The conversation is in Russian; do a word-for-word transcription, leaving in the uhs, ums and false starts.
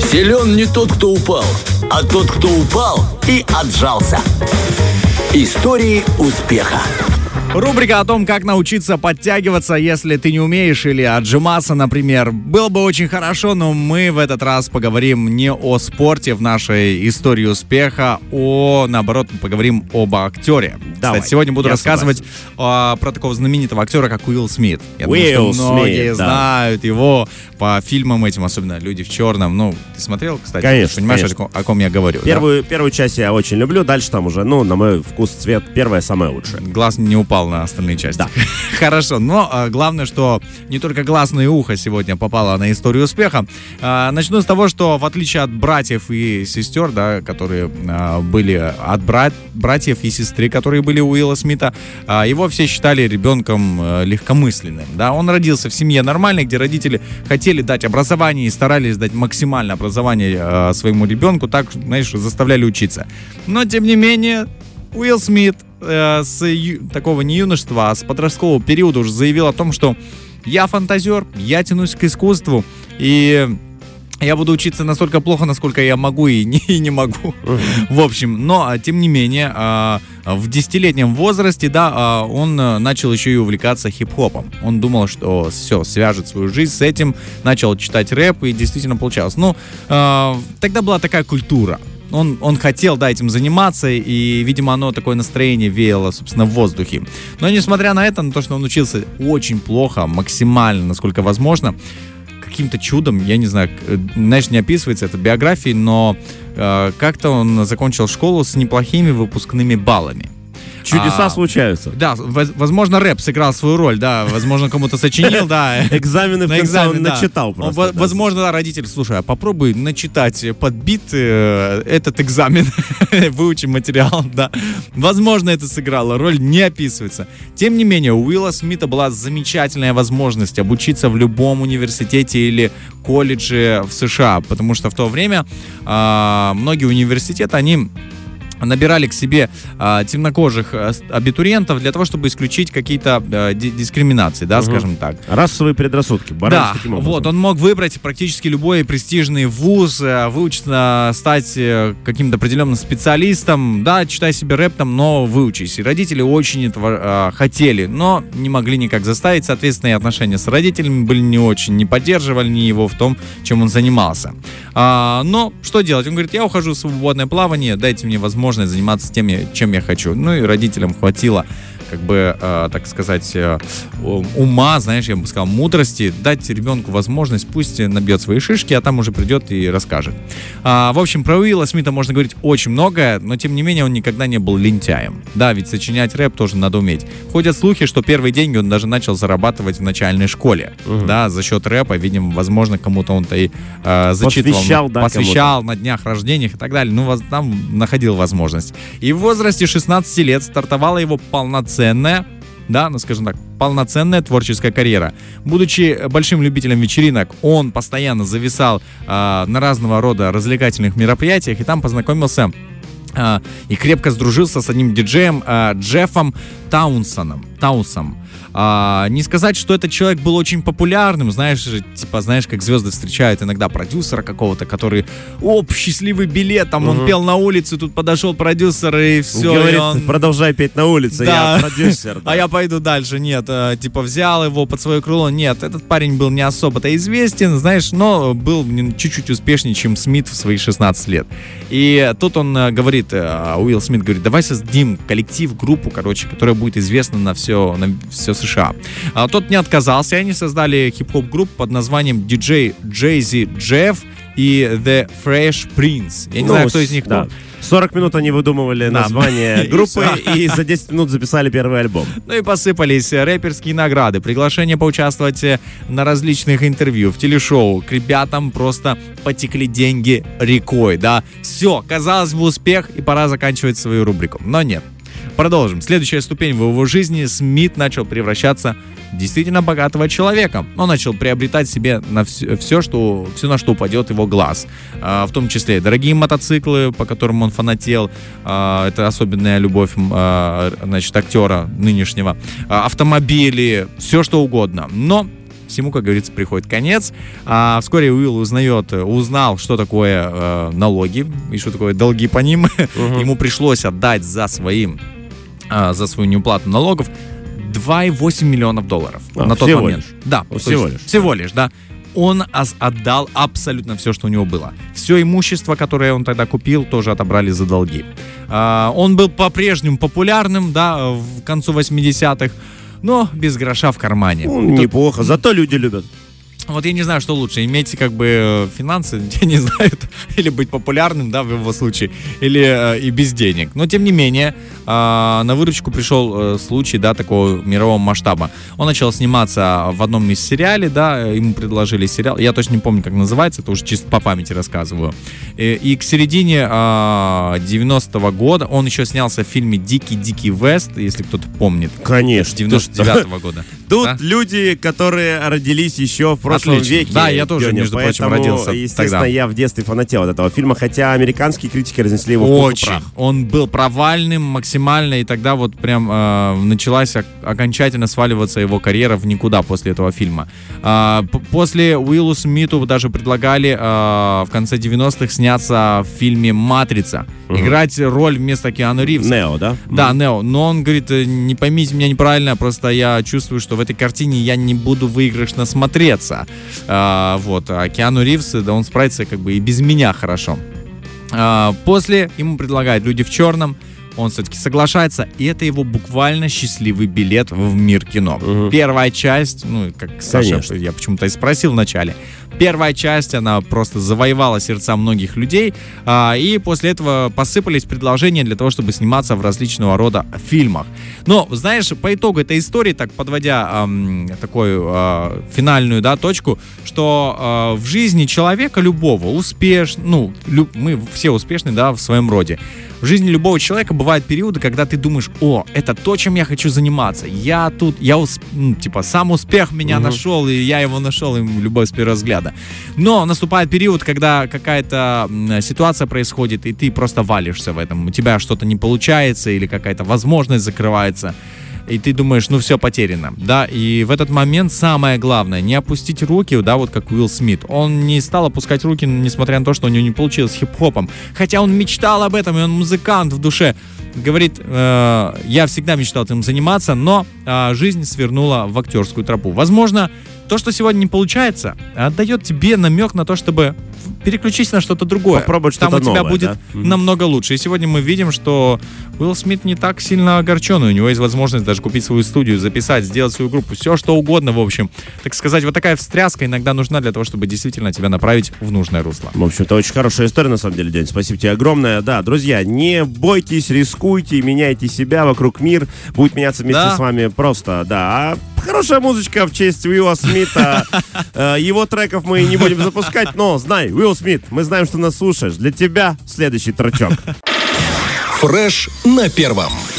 Силен не тот, кто упал, а тот, кто упал и отжался. Истории успеха. Рубрика о том, как научиться подтягиваться, если ты не умеешь, или отжиматься, например. Было бы очень хорошо, но мы в этот раз поговорим не о спорте в нашей истории успеха, о, наоборот, поговорим об актере. Давай, Кстати, сегодня буду рассказывать согласен. а, про такого знаменитого актера, как Уилл Смит. Я Уилл думаю, что многие Смит, да. знают его по фильмам этим, особенно «Люди в черном». Ну, ты смотрел, кстати? Конечно, Ты понимаешь, конечно. О, ком, о ком я говорю? Первую, первую часть я очень люблю, дальше там уже, ну, на мой вкус, цвет первая самая лучшая. Да? Глаз не упал на остальные части. Да. Хорошо, но а, главное, что не только глаз, но и ухо сегодня попало на историю успеха. А, начну с того, что в отличие от братьев и сестер, да, которые а, были от брат, братьев и сестры, которые были у Уилла Смита, а, его все считали ребенком а, легкомысленным. Да? Он родился в семье нормальной, где родители хотели дать образование и старались дать максимальное образование а, своему ребенку, так, знаешь, заставляли учиться. Но, тем не менее, Уилл Смит э, с ю, такого не юношества, а с подросткового периода уже заявил о том, что я фантазер, я тянусь к искусству, и я буду учиться настолько плохо, насколько я могу и не, и не могу. Uh-huh. В общем, но, тем не менее, э, в десятилетнем возрасте, да, э, он начал еще и увлекаться хип-хопом. Он думал, что все, свяжет свою жизнь с этим, начал читать рэп, и действительно получалось. Ну, э, тогда была такая культура. Он, он хотел, да, этим заниматься, и, видимо, оно такое настроение веяло, собственно, в воздухе. Но, несмотря на это, на то, что он учился очень плохо, максимально, насколько возможно, каким-то чудом, я не знаю, знаешь, не описывается это в биографии, но э, как-то он закончил школу с неплохими выпускными баллами. Чудеса А, случаются. Да, возможно, рэп сыграл свою роль, да, возможно, кому-то сочинил, да. Экзамены в конце он начитал просто. Возможно, да, родитель, слушай, а попробуй начитать под бит э, этот экзамен, выучи материал, да. Возможно, это сыграло роль, не описывается. Тем не менее, у Уилла Смита была замечательная возможность обучиться в любом университете или колледже в США, потому что в то время э, многие университеты, они набирали к себе а, темнокожих а, абитуриентов для того, чтобы исключить какие-то а, ди- дискриминации, да, угу. скажем так. Расовые предрассудки. Боролись Да, таким образом. вот, он мог выбрать практически любой престижный вуз, а, выучиться, стать а, каким-то определенным специалистом, да, читай себе рэп там, но выучись. И родители очень этого а, хотели, но не могли никак заставить, соответственно, и отношения с родителями были не очень, не поддерживали ни его в том, чем он занимался. А, но что делать? Он говорит, я ухожу в свободное плавание, дайте мне возможность заниматься тем, чем я хочу. Ну и родителям хватило, как бы, э, так сказать, э, ума, знаешь, я бы сказал, мудрости, дать ребенку возможность, пусть набьет свои шишки, а там уже придет и расскажет. А, в общем, про Уилла Смита можно говорить очень многое, но тем не менее он никогда не был лентяем. Да, ведь сочинять рэп тоже надо уметь. Ходят слухи, что первые деньги он даже начал зарабатывать в начальной школе. Uh-huh. Да, за счет рэпа, видимо, возможно, кому-то он-то и э, зачитывал. Посвящал, да, посвящал на днях рождениях и так далее. Ну, воз, там находил возможность. И в возрасте шестнадцати лет стартовала его полноценная, да, ну, скажем так, полноценная творческая карьера. Будучи большим любителем вечеринок, он постоянно зависал э, на разного рода развлекательных мероприятиях, и там познакомился э, и крепко сдружился с одним диджеем э, Джеффом Таунсоном. Таунсом. А, не сказать, что этот человек был очень популярным, знаешь, типа, знаешь, как звезды встречают иногда продюсера какого-то, который, оп, счастливый билет, там угу. он пел на улице, тут подошел продюсер и все. Говорит, и он... продолжай петь на улице, да. я продюсер. Да. А я пойду дальше. Нет, а, типа взял его под свое крыло. Нет, этот парень был не особо-то известен, знаешь, но был чуть-чуть успешнее, чем Смит в свои шестнадцать лет. И тут он а, говорит, а, Уилл Смит говорит, давай создадим коллектив, группу, короче, которая будет известна на все, на все США. А, тот не отказался, и они создали хип-хоп-группу под названием ди джей Jay-Z Jeff и The Fresh Prince. Я не ну, знаю, кто из них да. кто. сорок минут они выдумывали да. название группы и, и за десять минут записали первый альбом. Ну и посыпались рэперские награды, приглашения поучаствовать на различных интервью, в телешоу. К ребятам просто потекли деньги рекой, да. Все, казалось бы, успех, и пора заканчивать свою рубрику. Но нет. Продолжим. Следующая ступень в его жизни. Смит начал превращаться в действительно богатого человека. Он начал приобретать себе на все, все, что, все, на что упадет его глаз. А, в том числе дорогие мотоциклы, по которым он фанател. А, это особенная любовь а, значит, актера нынешнего. А, автомобили, все что угодно. Но всему, как говорится, приходит конец. А вскоре Уилл узнает, узнал, что такое э, налоги и что такое долги по ним. Uh-huh. Ему пришлось отдать за, своим, э, за свою неуплату налогов два и восемь миллионов долларов а, на тот момент. Лишь. Да, всего есть, лишь. Всего лишь, да. Он отдал абсолютно все, что у него было. Все имущество, которое он тогда купил, тоже отобрали за долги. А, он был по-прежнему популярным, да, в концу восьмидесятых, но без гроша в кармане. Ну, неплохо, зато люди любят. Вот я не знаю, что лучше, иметь как бы финансы, я не знаю, или быть популярным, да, в его случае, или э, и без денег. Но, тем не менее, э, на выручку пришел э, случай, да, такого мирового масштаба. Он начал сниматься в одном из сериалей, да, ему предложили сериал, я точно не помню, как называется, это уже чисто по памяти рассказываю. И, и к середине э, девяностого года он еще снялся в фильме «Дикий-дикий Вест», если кто-то помнит. Конечно. девяносто девятого года. Тут да? люди, которые родились еще в прошлом Отлично. веке. Да, я тоже, Геня, между прочим, поэтому, родился естественно, тогда. я в детстве фанател от этого фильма, хотя американские критики разнесли его в пух и Очень. прах. Он был провальным максимально, и тогда вот прям э, началась ок- окончательно сваливаться его карьера в никуда после этого фильма. Э, п- после Уиллу Смиту даже предлагали э, в конце девяностых сняться в фильме «Матрица». Угу. Играть роль вместо Киану Ривза. Нео, да? Да, Нео. Но он говорит, не поймите меня неправильно, просто я чувствую, что в этой картине я не буду выигрышно смотреться. А, вот. А Киану Ривз, да, он справится как бы и без меня хорошо. А, после ему предлагают «Люди в черном». Он все-таки соглашается, и это его буквально счастливый билет в мир кино. Угу. Первая часть, ну, как Саша, Конечно. я почему-то и спросил вначале, первая часть, она просто завоевала сердца многих людей, а, и после этого посыпались предложения для того, чтобы сниматься в различного рода фильмах. Но, знаешь, по итогу этой истории, так подводя эм, такую э, финальную, да, точку, что э, в жизни человека любого успеш, ну, люб, мы все успешны, да, в своем роде. В жизни любого человека бывают периоды, когда ты думаешь, о, это то, чем я хочу заниматься. Я тут, я, усп... ну, типа, сам успех меня угу. нашел, и я его нашел, и любовь с первого взгляда. Но наступает период, когда какая-то ситуация происходит, и ты просто валишься в этом. У тебя что-то не получается, или какая-то возможность закрывается. И ты думаешь, ну все потеряно, да, и в этот момент самое главное, не опустить руки, да, вот как Уилл Смит. Он не стал опускать руки, несмотря на то, что у него не получилось с хип-хопом, хотя он мечтал об этом, и он музыкант в душе. Говорит, э, я всегда мечтал этим заниматься, но э, жизнь свернула в актерскую тропу. Возможно, то, что сегодня не получается, дает тебе намек на то, чтобы переключись на что-то другое. Попробовать Там что-то у тебя новое, будет да? намного лучше. И сегодня мы видим, что Уилл Смит не так сильно огорчен. У него есть возможность даже купить свою студию, записать, сделать свою группу, все что угодно, в общем. Так сказать, вот такая встряска иногда нужна для того, чтобы действительно тебя направить в нужное русло. В общем-то, очень хорошая история, на самом деле, День. Спасибо тебе огромное. Да, друзья, не бойтесь, рискуйте, меняйте себя, вокруг мир будет меняться вместе да. с вами просто, да. А хорошая музычка в честь Уилла Смита. Его треков мы не будем запускать, но знай, Уилл Смит, мы знаем, что нас слушаешь. Для тебя следующий тречок. Фреш на первом.